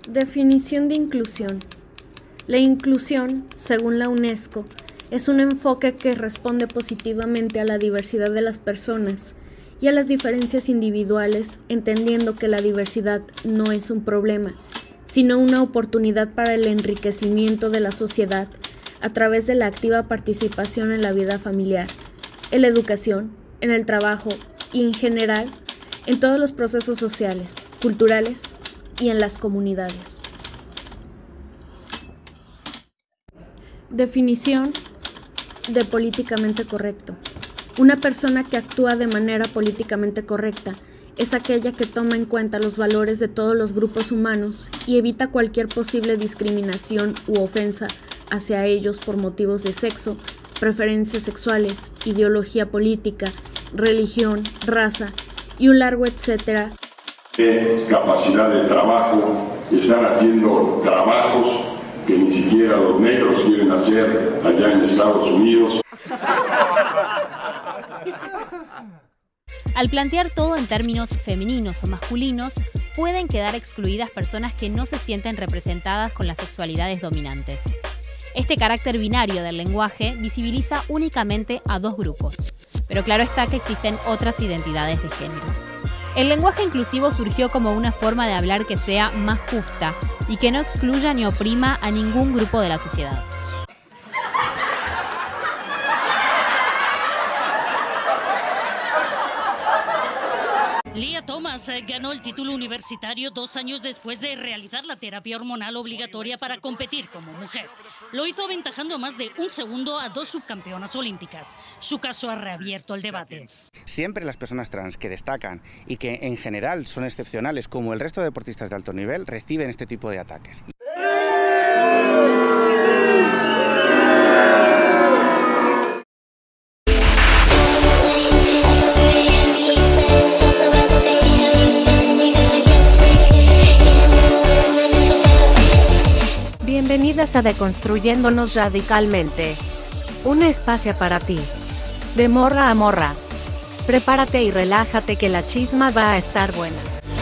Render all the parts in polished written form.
Definición de inclusión. La inclusión, según la UNESCO, es un enfoque que responde positivamente a la diversidad de las personas y a las diferencias individuales, entendiendo que la diversidad no es un problema, sino una oportunidad para el enriquecimiento de la sociedad a través de la activa participación en la vida familiar, en la educación, en el trabajo y en general en todos los procesos sociales, culturales y en las comunidades. Definición de políticamente correcto. Una persona que actúa de manera políticamente correcta es aquella que toma en cuenta los valores de todos los grupos humanos y evita cualquier posible discriminación u ofensa hacia ellos por motivos de sexo, preferencias sexuales, ideología política, religión, raza y un largo etcétera. Capacidad de trabajo, están haciendo trabajos que ni siquiera los negros quieren hacer allá en Estados Unidos. Al plantear todo en términos femeninos o masculinos, pueden quedar excluidas personas que no se sienten representadas con las sexualidades dominantes. Este carácter binario del lenguaje visibiliza únicamente a dos grupos, pero claro está que existen otras identidades de género. El lenguaje inclusivo surgió como una forma de hablar que sea más justa y que no excluya ni oprima a ningún grupo de la sociedad. Lia Thomas ganó el título universitario 2 años después de realizar la terapia hormonal obligatoria para competir como mujer. Lo hizo aventajando más de 1 segundo a 2 subcampeonas olímpicas. Su caso ha reabierto el debate. Siempre las personas trans que destacan y que en general son excepcionales, como el resto de deportistas de alto nivel, reciben este tipo de ataques. Bienvenidas a Deconstruyéndonos Radicalmente, un espacio para ti, de morra a morra. Prepárate y relájate que la chisma va a estar buena.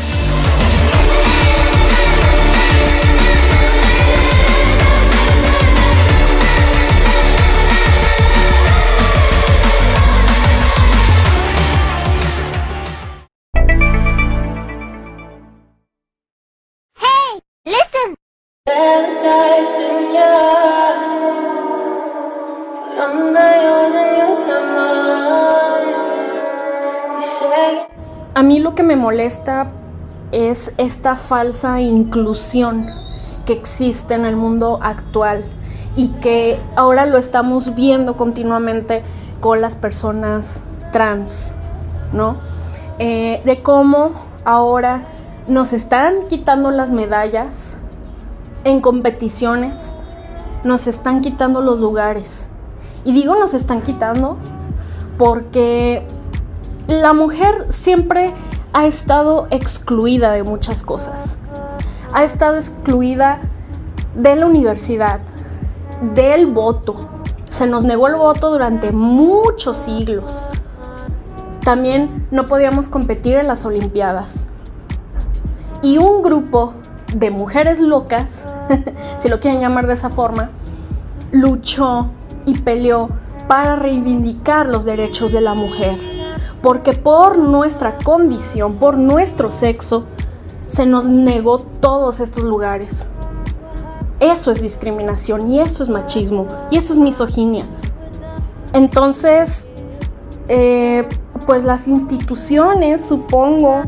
A mí lo que me molesta es esta falsa inclusión que existe en el mundo actual y que ahora lo estamos viendo continuamente con las personas trans, ¿no? De cómo ahora nos están quitando las medallas en competiciones, nos están quitando los lugares. Y digo nos están quitando porque la mujer siempre ha estado excluida de muchas cosas. Ha estado excluida de la universidad, del voto. Se nos negó el voto durante muchos siglos. También no podíamos competir en las Olimpiadas. Y un grupo de mujeres locas, si lo quieren llamar de esa forma, luchó y peleó para reivindicar los derechos de la mujer. Porque por nuestra condición, por nuestro sexo, se nos negó todos estos lugares. Eso es discriminación y eso es machismo y eso es misoginia. Entonces, pues las instituciones, supongo,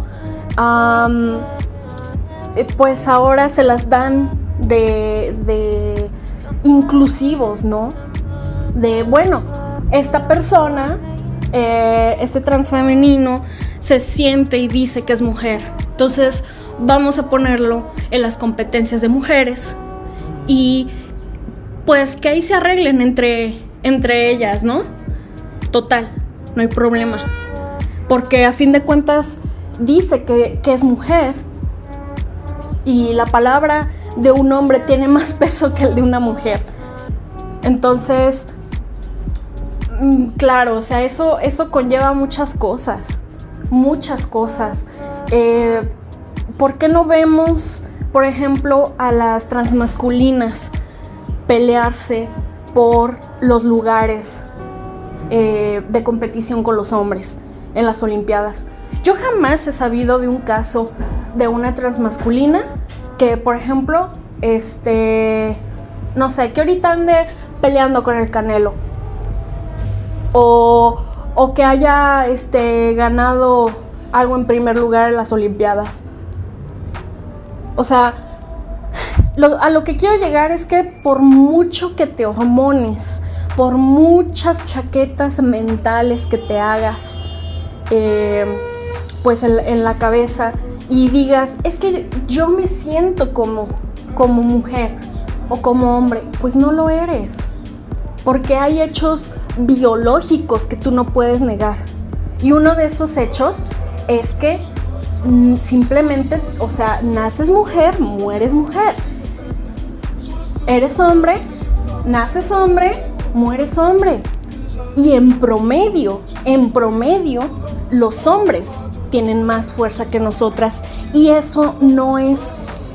pues ahora se las dan de inclusivos, ¿no? De, bueno, esta persona, este transfemenino, se siente y dice que es mujer. Entonces, vamos a ponerlo en las competencias de mujeres y pues que ahí se arreglen entre ellas, ¿no? Total, no hay problema. Porque a fin de cuentas dice que es mujer y la palabra de un hombre tiene más peso que el de una mujer. Entonces, claro, o sea, eso conlleva muchas cosas. ¿por qué no vemos, por ejemplo, a las transmasculinas pelearse por los lugares de competición con los hombres en las Olimpiadas? Yo jamás he sabido de un caso de una transmasculina que, por ejemplo, no sé, que ahorita ande peleando con el Canelo o que haya ganado algo en primer lugar en las Olimpiadas. O sea, a lo que quiero llegar es que por mucho que te hormones, por muchas chaquetas mentales que te hagas pues en la cabeza y digas, es que yo me siento como mujer o como hombre, pues no lo eres, porque hay hechos biológicos que tú no puedes negar, y uno de esos hechos es que simplemente, o sea, naces mujer, mueres mujer. Eres hombre, naces hombre, mueres hombre. Y en promedio, los hombres tienen más fuerza que nosotras. Y eso no es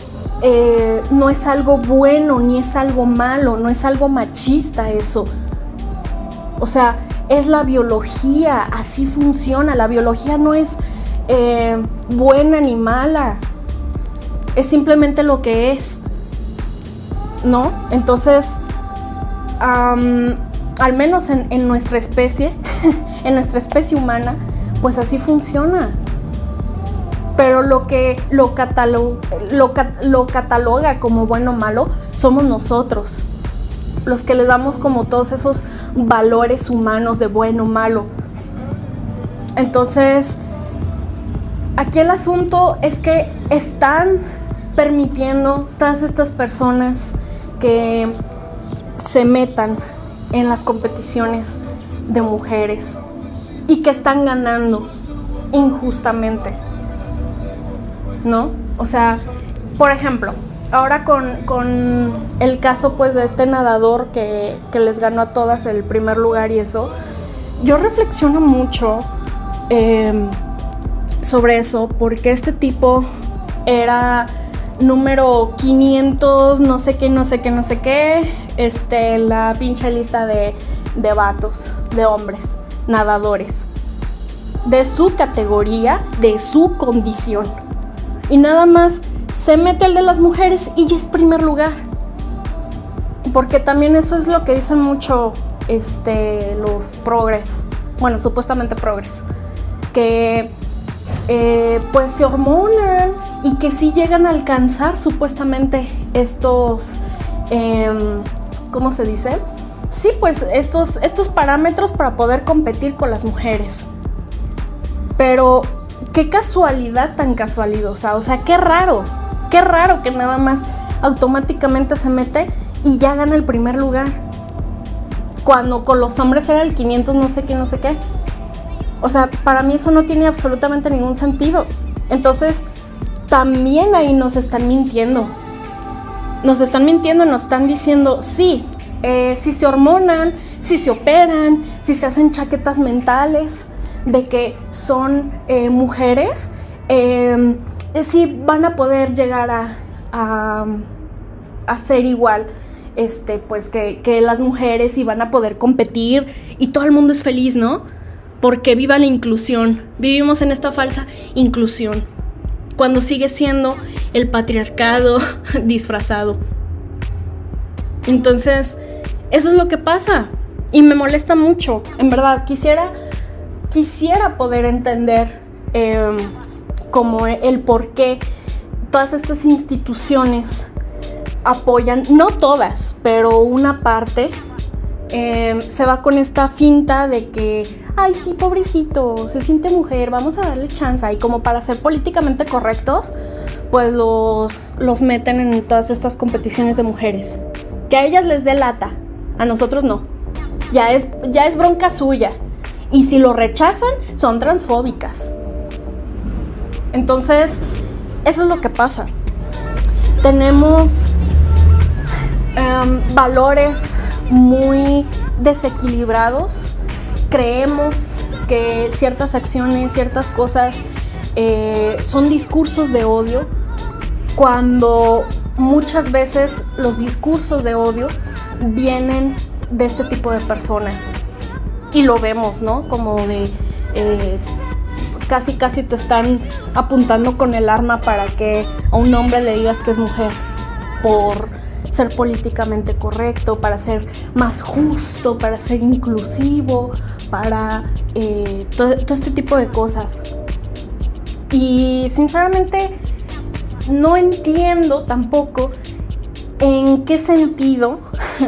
algo bueno, ni es algo malo, no es algo machista eso. O sea, es la biología, así funciona. La biología no es buena ni mala, es simplemente lo que es, ¿no? Entonces, al menos en nuestra especie, en nuestra especie humana, pues así funciona. Pero lo que lo cataloga como bueno o malo somos nosotros, los que le damos como todos esos valores humanos de bueno o malo. Entonces, aquí el asunto es que están permitiendo todas estas personas que se metan en las competiciones de mujeres y que están ganando injustamente, ¿no? O sea, por ejemplo, ahora con el caso pues de este nadador que les ganó a todas el primer lugar y eso, yo reflexiono mucho sobre eso, porque este tipo era número 500, no sé qué, la pinche lista de vatos, de hombres, nadadores, de su categoría, de su condición. Y nada más se mete el de las mujeres y ya es primer lugar. Porque también eso es lo que dicen mucho los progres, bueno, supuestamente progres, que pues se hormonan y que sí llegan a alcanzar supuestamente estos, ¿cómo se dice? Sí, pues estos parámetros para poder competir con las mujeres. Pero qué casualidad tan casualidosa, o sea, qué raro que nada más automáticamente se mete y ya gana el primer lugar, cuando con los hombres era el 500 no sé qué. O sea, para mí eso no tiene absolutamente ningún sentido. Entonces, también ahí nos están mintiendo. Nos están diciendo, sí, si se hormonan, si se operan, si se hacen chaquetas mentales de que son mujeres, sí van a poder llegar a ser igual, pues que las mujeres, y van a poder competir y todo el mundo es feliz, ¿no? Porque viva la inclusión. Vivimos en esta falsa inclusión, cuando sigue siendo el patriarcado disfrazado. Entonces, eso es lo que pasa y me molesta mucho. En verdad, quisiera poder entender como el por qué todas estas instituciones apoyan, no todas, pero una parte se va con esta finta de que, ay, sí, pobrecito, se siente mujer, vamos a darle chance. Y como para ser políticamente correctos, pues los meten en todas estas competiciones de mujeres. Que a ellas les dé lata, a nosotros no. Ya es bronca suya. Y si lo rechazan, son transfóbicas. Entonces, eso es lo que pasa. Tenemos valores muy desequilibrados. Creemos que ciertas acciones, ciertas cosas son discursos de odio, cuando muchas veces los discursos de odio vienen de este tipo de personas. Y lo vemos, ¿no? Como de casi te están apuntando con el arma para que a un hombre le digas que es mujer, por ser políticamente correcto, para ser más justo, para ser inclusivo, para todo este tipo de cosas. Y sinceramente no entiendo tampoco en qué sentido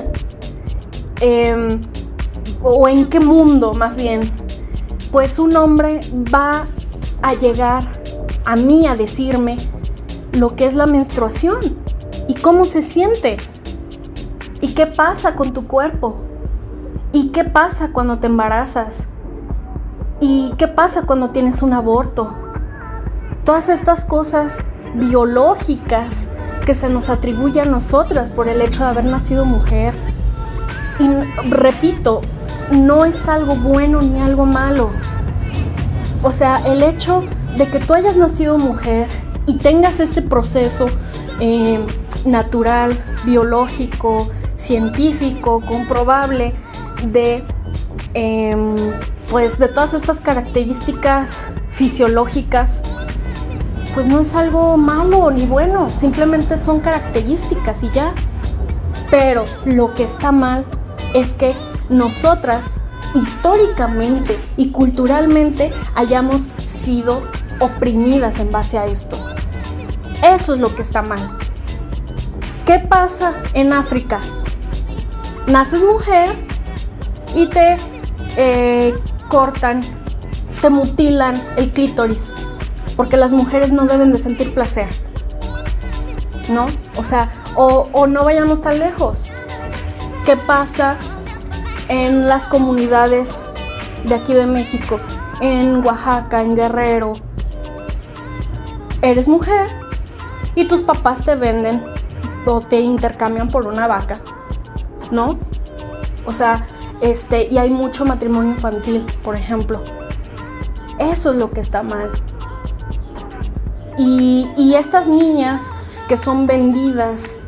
o en qué mundo más bien, pues un hombre va a llegar a mí a decirme lo que es la menstruación y cómo se siente y qué pasa con tu cuerpo y qué pasa cuando te embarazas y qué pasa cuando tienes un aborto. Todas estas cosas biológicas que se nos atribuye a nosotras por el hecho de haber nacido mujer. Y repito, no es algo bueno ni algo malo. O sea, el hecho de que tú hayas nacido mujer y tengas este proceso natural, biológico, científico, comprobable de pues de todas estas características fisiológicas, pues no es algo malo ni bueno, simplemente son características y ya. Pero lo que está mal es que nosotras históricamente y culturalmente hayamos sido oprimidas en base a esto. Eso es lo que está mal. ¿Qué pasa en África? Naces mujer y te cortan, te mutilan el clítoris, porque las mujeres no deben de sentir placer, ¿no? O sea, o no vayamos tan lejos. ¿Qué pasa en las comunidades de aquí de México? En Oaxaca, en Guerrero. Eres mujer y tus papás te venden o te intercambian por una vaca, ¿no? O sea, y hay mucho matrimonio infantil, por ejemplo. Eso es lo que está mal. Y estas niñas que son vendidas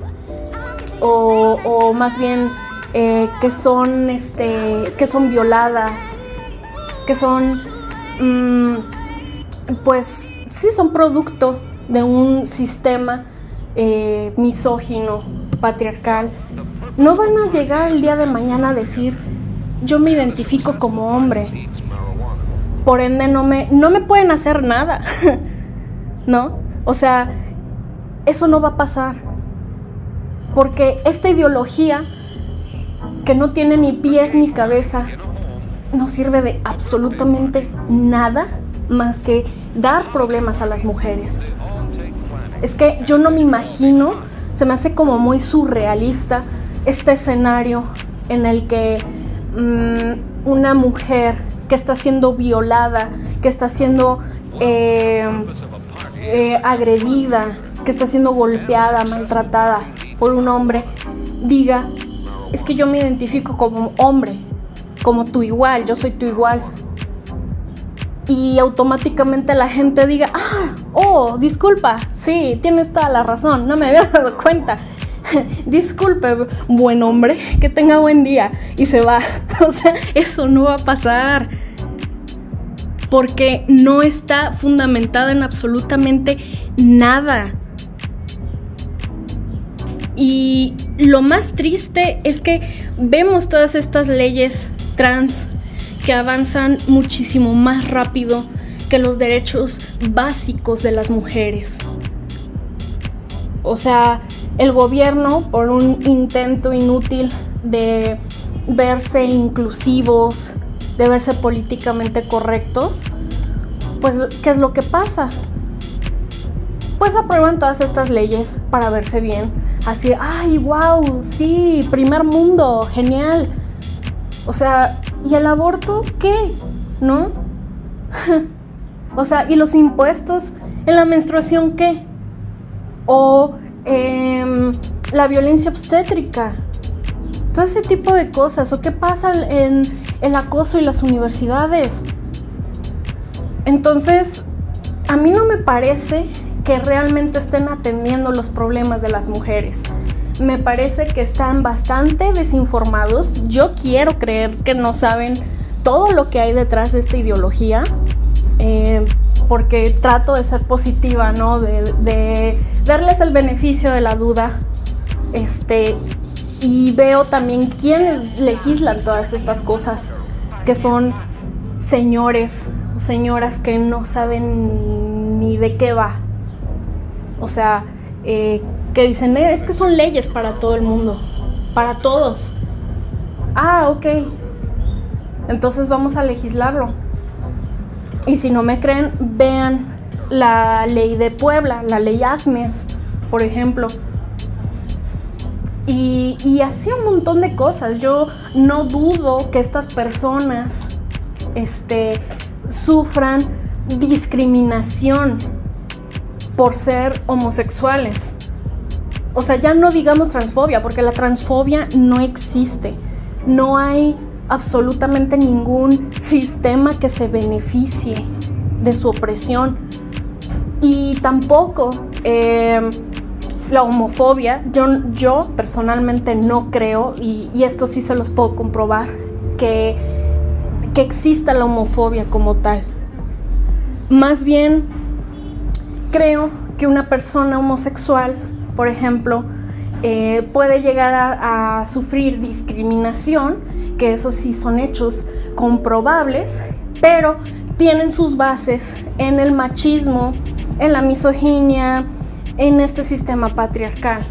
o más bien que son violadas, que son pues sí, son producto de un sistema misógino, patriarcal, no van a llegar el día de mañana a decir: yo me identifico como hombre, por ende no me pueden hacer nada. ¿No? O sea, eso no va a pasar, porque esta ideología que no tiene ni pies ni cabeza no sirve de absolutamente nada más que dar problemas a las mujeres. Es que yo no me imagino, se me hace como muy surrealista este escenario en el que una mujer que está siendo violada, que está siendo agredida, que está siendo golpeada, maltratada por un hombre, diga: es que yo me identifico como hombre, como tu igual, yo soy tu igual. Y automáticamente la gente diga: disculpa, sí, tienes toda la razón, no me había dado cuenta. Disculpe, buen hombre, que tenga buen día. Y se va. O sea, eso no va a pasar, porque no está fundamentada en absolutamente nada. Y lo más triste es que vemos todas estas leyes trans que avanzan muchísimo más rápido que los derechos básicos de las mujeres. O sea, el gobierno, por un intento inútil de verse inclusivos, de verse políticamente correctos, pues ¿qué es lo que pasa? Pues aprueban todas estas leyes para verse bien. Así, ¡ay, wow! Sí, primer mundo, genial. O sea, ¿y el aborto qué? ¿No? O sea, ¿y los impuestos en la menstruación qué? O la violencia obstétrica. Todo ese tipo de cosas. ¿O qué pasa en el acoso y las universidades? Entonces, a mí no me parece que realmente estén atendiendo los problemas de las mujeres. Me parece que están bastante desinformados. Yo quiero creer que no saben todo lo que hay detrás de esta ideología, porque trato de ser positiva, ¿no? De darles el beneficio de la duda, y veo también quiénes legislan todas estas cosas, que son señores, señoras que no saben ni de qué va. O sea, que dicen, es que son leyes para todo el mundo, para todos. Ah, ok. Entonces vamos a legislarlo. Y si no me creen, vean la ley de Puebla, la ley Agnes, por ejemplo. Y así un montón de cosas. Yo no dudo que estas personas sufran discriminación por ser homosexuales. O sea, ya no digamos transfobia, porque la transfobia no existe. No hay absolutamente ningún sistema que se beneficie de su opresión. Y tampoco la homofobia. Yo personalmente no creo, y esto sí se los puedo comprobar, que exista la homofobia como tal. Más bien, creo que una persona homosexual, por ejemplo, puede llegar a sufrir discriminación, que eso sí son hechos comprobables, pero tienen sus bases en el machismo, en la misoginia, en este sistema patriarcal.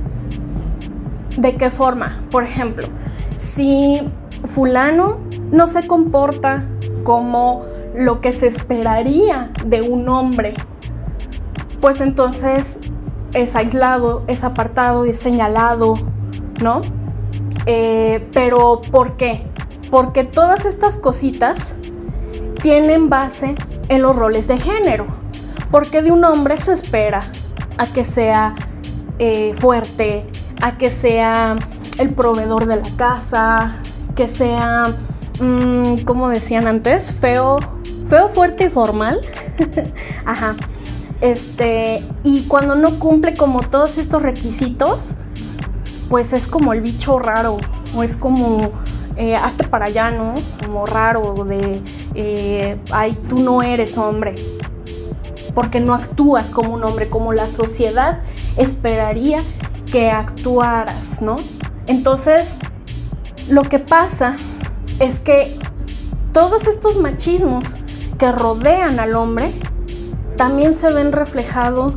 ¿De qué forma? Por ejemplo, si fulano no se comporta como lo que se esperaría de un hombre, pues entonces es aislado, es apartado, es señalado, ¿no? Pero ¿por qué? Porque todas estas cositas tienen base en los roles de género. Porque de un hombre se espera a que sea fuerte, a que sea el proveedor de la casa, que sea, como decían antes, feo, fuerte y formal. Ajá. Y cuando no cumple como todos estos requisitos, pues es como el bicho raro, o es como hazte para allá, ¿no? Como raro, de ay, tú no eres hombre, porque no actúas como un hombre, como la sociedad esperaría que actuaras, ¿no? Entonces, lo que pasa es que todos estos machismos que rodean al hombre también se ven reflejados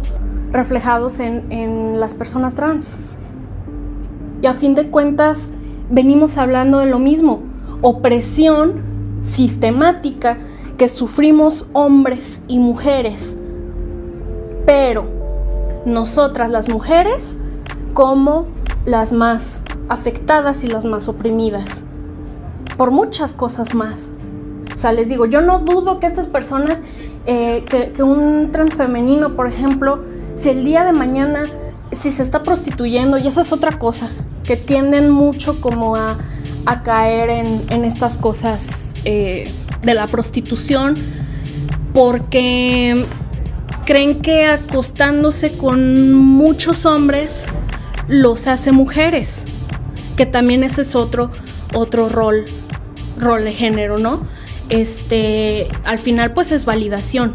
en las personas trans. Y a fin de cuentas, venimos hablando de lo mismo: opresión sistemática que sufrimos hombres y mujeres. Pero nosotras las mujeres como las más afectadas y las más oprimidas por muchas cosas más. O sea, les digo, yo no dudo que estas personas, que un transfemenino, por ejemplo, si el día de mañana, si se está prostituyendo, y esa es otra cosa, que tienden mucho como a caer en estas cosas de la prostitución, porque creen que acostándose con muchos hombres los hace mujeres, que también ese es otro rol de género, ¿no? Al final pues es validación,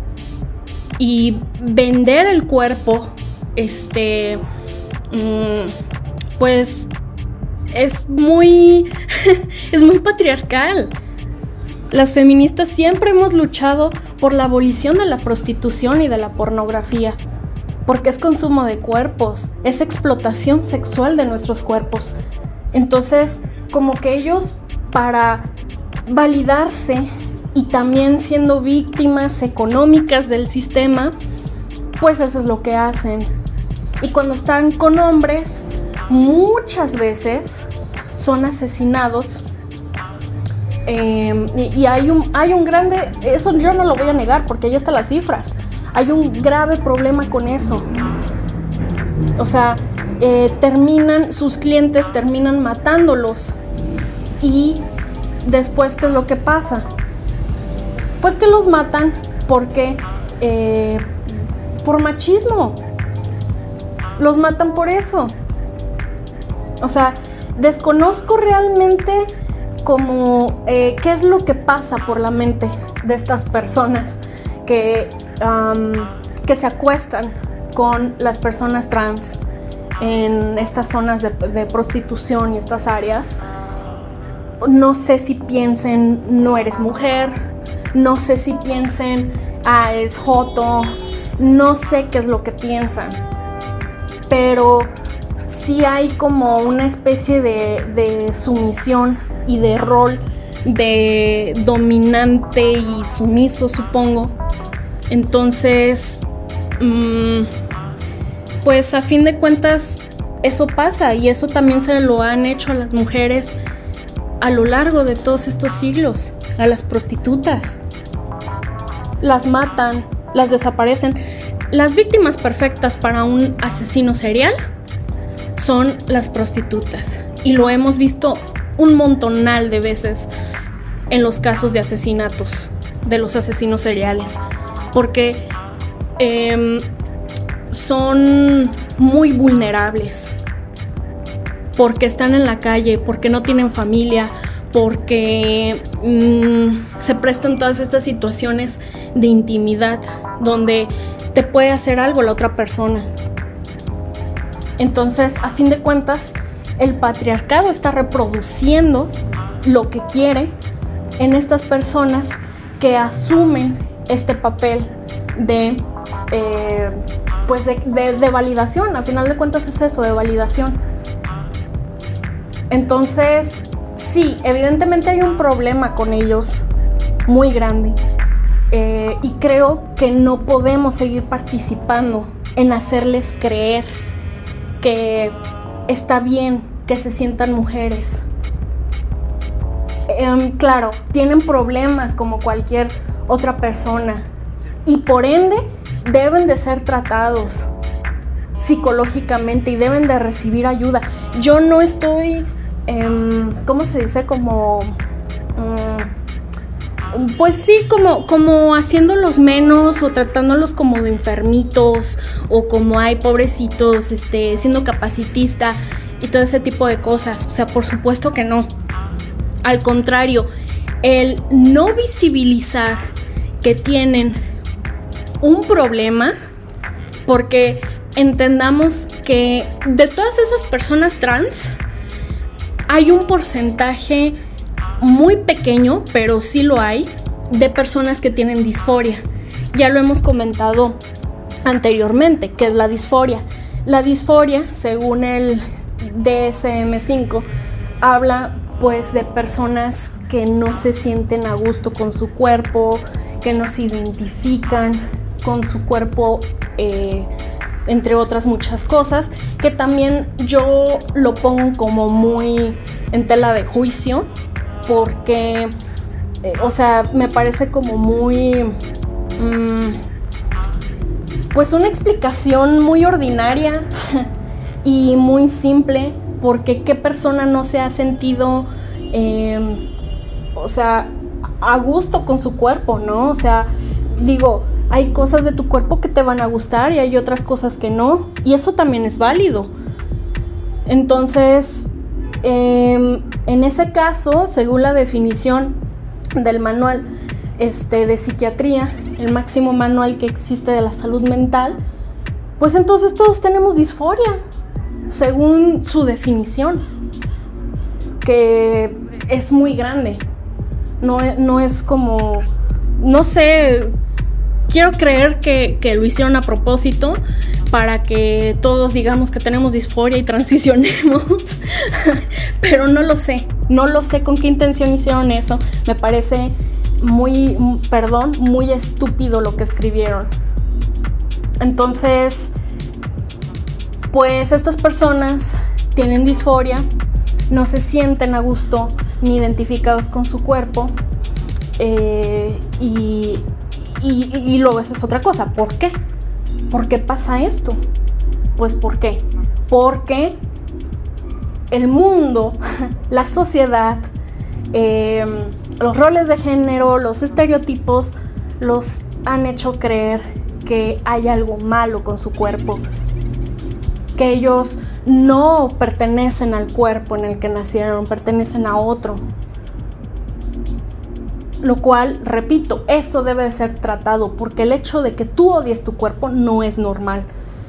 y vender el cuerpo pues es muy es muy patriarcal. Las feministas siempre hemos luchado por la abolición de la prostitución y de la pornografía, porque es consumo de cuerpos, es explotación sexual de nuestros cuerpos. Entonces, como que ellos, para validarse y también siendo víctimas económicas del sistema, pues eso es lo que hacen. Y cuando están con hombres, muchas veces son asesinados. Y hay un grande, eso yo no lo voy a negar porque ahí están las cifras, hay un grave problema con eso. O sea, sus clientes terminan matándolos. Y después, ¿qué es lo que pasa? Pues que los matan porque por machismo. Los matan por eso. O sea, desconozco realmente como qué es lo que pasa por la mente de estas personas que se acuestan con las personas trans en estas zonas de prostitución y estas áreas. No sé si piensen, no eres mujer, no sé si piensen, es joto, no sé qué es lo que piensan, pero sí hay como una especie de sumisión y de rol de dominante y sumiso, supongo. Entonces, pues a fin de cuentas eso pasa, y eso también se lo han hecho a las mujeres a lo largo de todos estos siglos, a las prostitutas. Las matan, las desaparecen. Las víctimas perfectas para un asesino serial son las prostitutas, y lo hemos visto un montonal de veces en los casos de asesinatos de los asesinos seriales, porque son muy vulnerables, porque están en la calle, porque no tienen familia, porque se prestan todas estas situaciones de intimidad donde te puede hacer algo la otra persona. Entonces, a fin de cuentas, el patriarcado está reproduciendo lo que quiere en estas personas que asumen este papel de validación. A final de cuentas es eso, de validación. Entonces, sí, evidentemente hay un problema con ellos muy grande, y creo que no podemos seguir participando en hacerles creer que está bien que se sientan mujeres. Claro, tienen problemas como cualquier otra persona, y por ende deben de ser tratados psicológicamente y deben de recibir ayuda. Yo no estoy, ¿cómo se dice? Pues sí, como haciéndolos menos o tratándolos como de enfermitos, o como ay, pobrecitos, siendo capacitista y todo ese tipo de cosas. O sea, por supuesto que no. Al contrario, el no visibilizar que tienen un problema, porque entendamos que de todas esas personas trans hay un porcentaje muy pequeño, pero sí lo hay, de personas que tienen disforia. Ya lo hemos comentado anteriormente, que es la disforia. La disforia, según el DSM-5, habla pues de personas que no se sienten a gusto con su cuerpo, que no se identifican con su cuerpo, entre otras muchas cosas, que también yo lo pongo como muy en tela de juicio, porque, o sea, me parece como muy, pues una explicación muy ordinaria y muy simple, porque qué persona no se ha sentido, o sea, a gusto con su cuerpo, ¿no? O sea, digo, hay cosas de tu cuerpo que te van a gustar y hay otras cosas que no, y eso también es válido. Entonces, en ese caso, según la definición del manual de psiquiatría, el máximo manual que existe de la salud mental, pues entonces todos tenemos disforia, según su definición, que es muy grande. No es como, no sé, quiero creer que lo hicieron a propósito para que todos digamos que tenemos disforia y transicionemos, pero no lo sé con qué intención hicieron eso. Me parece muy estúpido lo que escribieron. Entonces, pues estas personas tienen disforia, no se sienten a gusto ni identificados con su cuerpo, y luego esa es otra cosa. ¿Por qué? ¿Por qué pasa esto? Pues ¿por qué? Porque el mundo, la sociedad, los roles de género, los estereotipos, los han hecho creer que hay algo malo con su cuerpo, que ellos no pertenecen al cuerpo en el que nacieron, pertenecen a otro. Lo cual, repito, eso debe de ser tratado, porque el hecho de que tú odies tu cuerpo no es normal.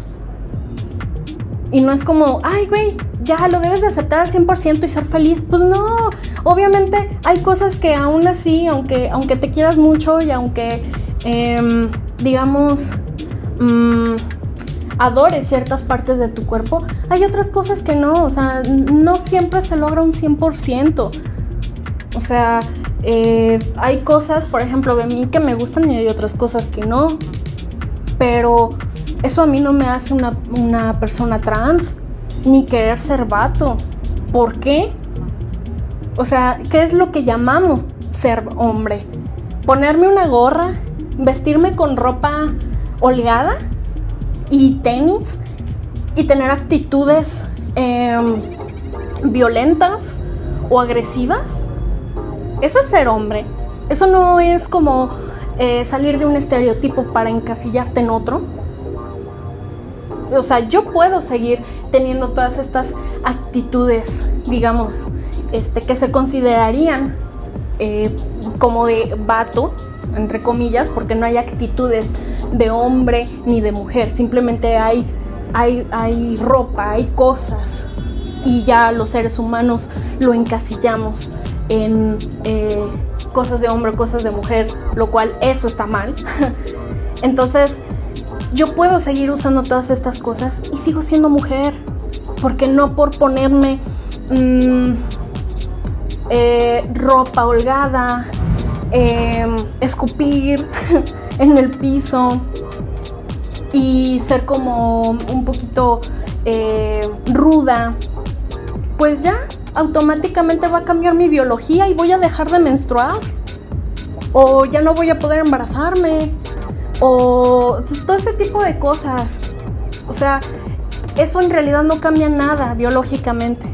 Y no es como, ay güey, ya lo debes de aceptar al 100% y ser feliz. Pues no, obviamente hay cosas que aún así, aunque te quieras mucho y aunque, digamos, adores ciertas partes de tu cuerpo, hay otras cosas que no, o sea, no siempre se logra un 100%. O sea, hay cosas, por ejemplo, de mí que me gustan y hay otras cosas que no. Pero eso a mí no me hace una persona trans, ni querer ser vato. ¿Por qué? O sea, ¿qué es lo que llamamos ser hombre? ¿Ponerme una gorra? ¿Vestirme con ropa holgada? ¿Y tenis? ¿Y tener actitudes violentas o agresivas? Eso es ser hombre. Eso no es como salir de un estereotipo para encasillarte en otro. O sea, yo puedo seguir teniendo todas estas actitudes, digamos, que se considerarían como de vato, entre comillas, porque no hay actitudes de hombre ni de mujer. Simplemente hay ropa, hay cosas, y ya los seres humanos lo encasillamos en cosas de hombre o cosas de mujer, lo cual eso está mal. Entonces yo puedo seguir usando todas estas cosas y sigo siendo mujer, porque no por ponerme ropa holgada, escupir en el piso y ser como un poquito ruda, pues ya automáticamente va a cambiar mi biología y voy a dejar de menstruar, o ya no voy a poder embarazarme, o todo ese tipo de cosas. O sea, eso en realidad no cambia nada biológicamente.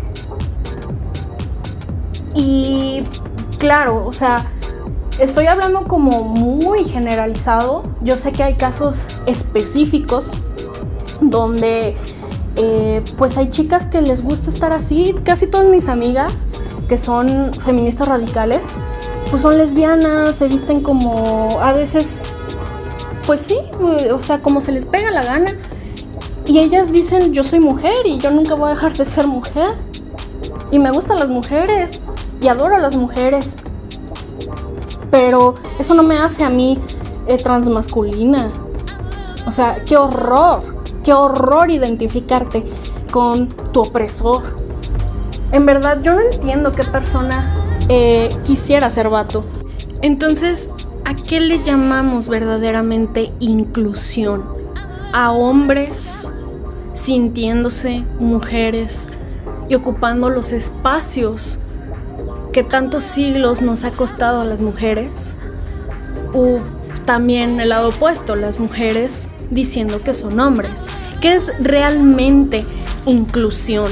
Y claro, o sea, estoy hablando como muy generalizado. Yo sé que hay casos específicos donde pues hay chicas que les gusta estar así. Casi todas mis amigas que son feministas radicales, pues son lesbianas, se visten como a veces, pues sí, o sea, como se les pega la gana. Y ellas dicen, yo soy mujer y yo nunca voy a dejar de ser mujer. Y me gustan las mujeres y adoro a las mujeres. Pero eso no me hace a mí transmasculina. O sea, qué horror identificarte con tu opresor. En verdad, yo no entiendo qué persona quisiera ser vato. Entonces, ¿a qué le llamamos verdaderamente inclusión? A hombres sintiéndose mujeres y ocupando los espacios que tantos siglos nos ha costado a las mujeres. O también el lado opuesto, las mujeres diciendo que son hombres. ¿Qué es realmente inclusión?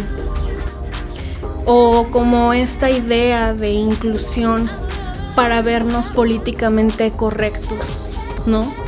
O como esta idea de inclusión para vernos políticamente correctos, ¿no?